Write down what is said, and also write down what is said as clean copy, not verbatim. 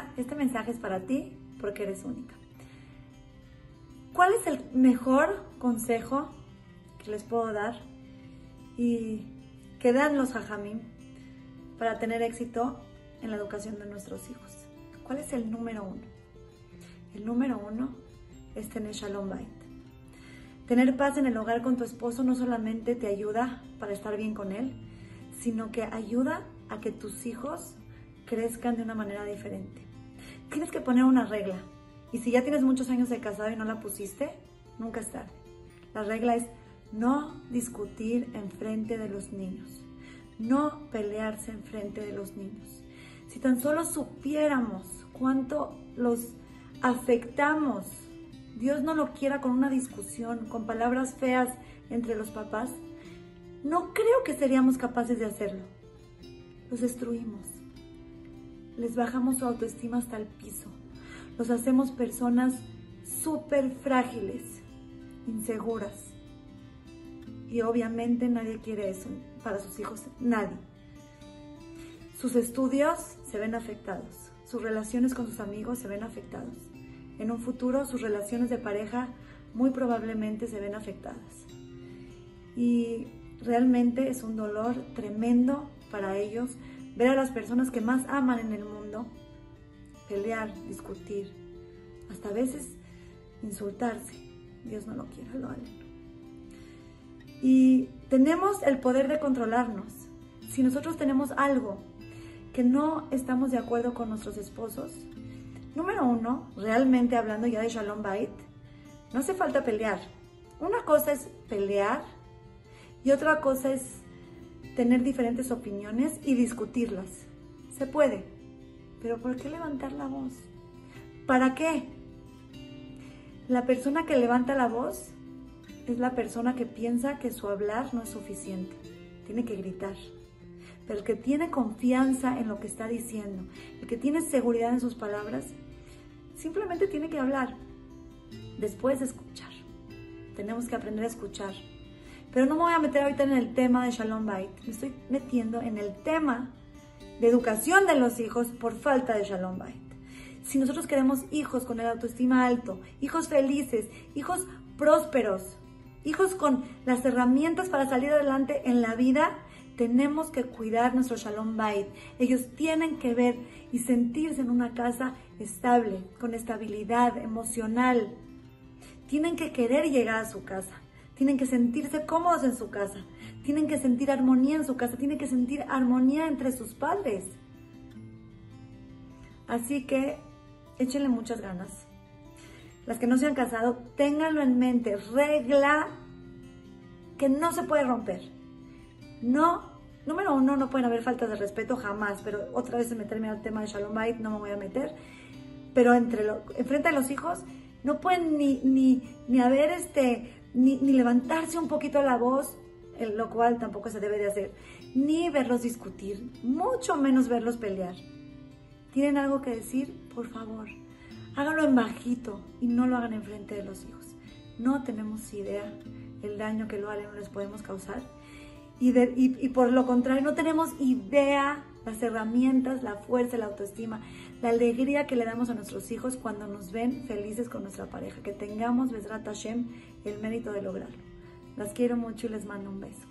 única, este mensaje es para ti porque eres única. ¿Cuál es el mejor consejo que les puedo dar y que dan los jajamim para tener éxito en la educación de nuestros hijos? ¿Cuál es el número uno? El número uno es tener Shalom Bait. Tener paz en el hogar con tu esposo no solamente te ayuda para estar bien con él, sino que ayuda a que tus hijos crezcan de una manera diferente. Tienes que poner una regla. Y si ya tienes muchos años de casado y no la pusiste, nunca es tarde. La regla es no discutir enfrente de los niños. No pelearse enfrente de los niños. Si tan solo supiéramos cuánto los afectamos, Dios no lo quiera con una discusión, con palabras feas entre los papás, no creo que seríamos capaces de hacerlo. Los destruimos. Les bajamos su autoestima hasta el piso. Los hacemos personas súper frágiles, inseguras. Y obviamente nadie quiere eso para sus hijos, nadie. Sus estudios se ven afectados. Sus relaciones con sus amigos se ven afectados. En un futuro sus relaciones de pareja muy probablemente se ven afectadas. Y realmente es un dolor tremendo para ellos ver a las personas que más aman en el mundo pelear, discutir, hasta a veces insultarse. Dios no lo quiera, lo hagan. Y tenemos el poder de controlarnos. Si nosotros tenemos algo que no estamos de acuerdo con nuestros esposos, número uno, realmente hablando ya de Shalom Bait, no hace falta pelear. Una cosa es pelear y otra cosa es tener diferentes opiniones y discutirlas. Se puede, pero ¿por qué levantar la voz? ¿Para qué? La persona que levanta la voz es la persona que piensa que su hablar no es suficiente. Tiene que gritar. Pero el que tiene confianza en lo que está diciendo, el que tiene seguridad en sus palabras, simplemente tiene que hablar. Después escuchar. Tenemos que aprender a escuchar. Pero no me voy a meter ahorita en el tema de Shalom Bait. Me estoy metiendo en el tema de educación de los hijos por falta de Shalom Bait. Si nosotros queremos hijos con el autoestima alto, hijos felices, hijos prósperos, hijos con las herramientas para salir adelante en la vida, tenemos que cuidar nuestro Shalom Bait. Ellos tienen que ver y sentirse en una casa estable, con estabilidad emocional. Tienen que querer llegar a su casa. Tienen que sentirse cómodos en su casa. Tienen que sentir armonía en su casa. Tienen que sentir armonía entre sus padres. Así que échenle muchas ganas. Las que no se han casado, ténganlo en mente. Regla que no se puede romper. No, número uno, no pueden haber faltas de respeto jamás. Pero otra vez en meterme al tema de Shalom Bait no me voy a meter. Pero enfrente de los hijos no pueden ni haber ni levantarse un poquito la voz, lo cual tampoco se debe de hacer, ni verlos discutir, mucho menos verlos pelear. ¿Tienen algo que decir? Por favor, háganlo en bajito y no lo hagan enfrente de los hijos. No tenemos idea el daño que lo les podemos causar y por lo contrario no tenemos idea las herramientas, la fuerza, la autoestima, la alegría que le damos a nuestros hijos cuando nos ven felices con nuestra pareja. Que tengamos, Bezrat Hashem, el mérito de lograrlo. Las quiero mucho y les mando un beso.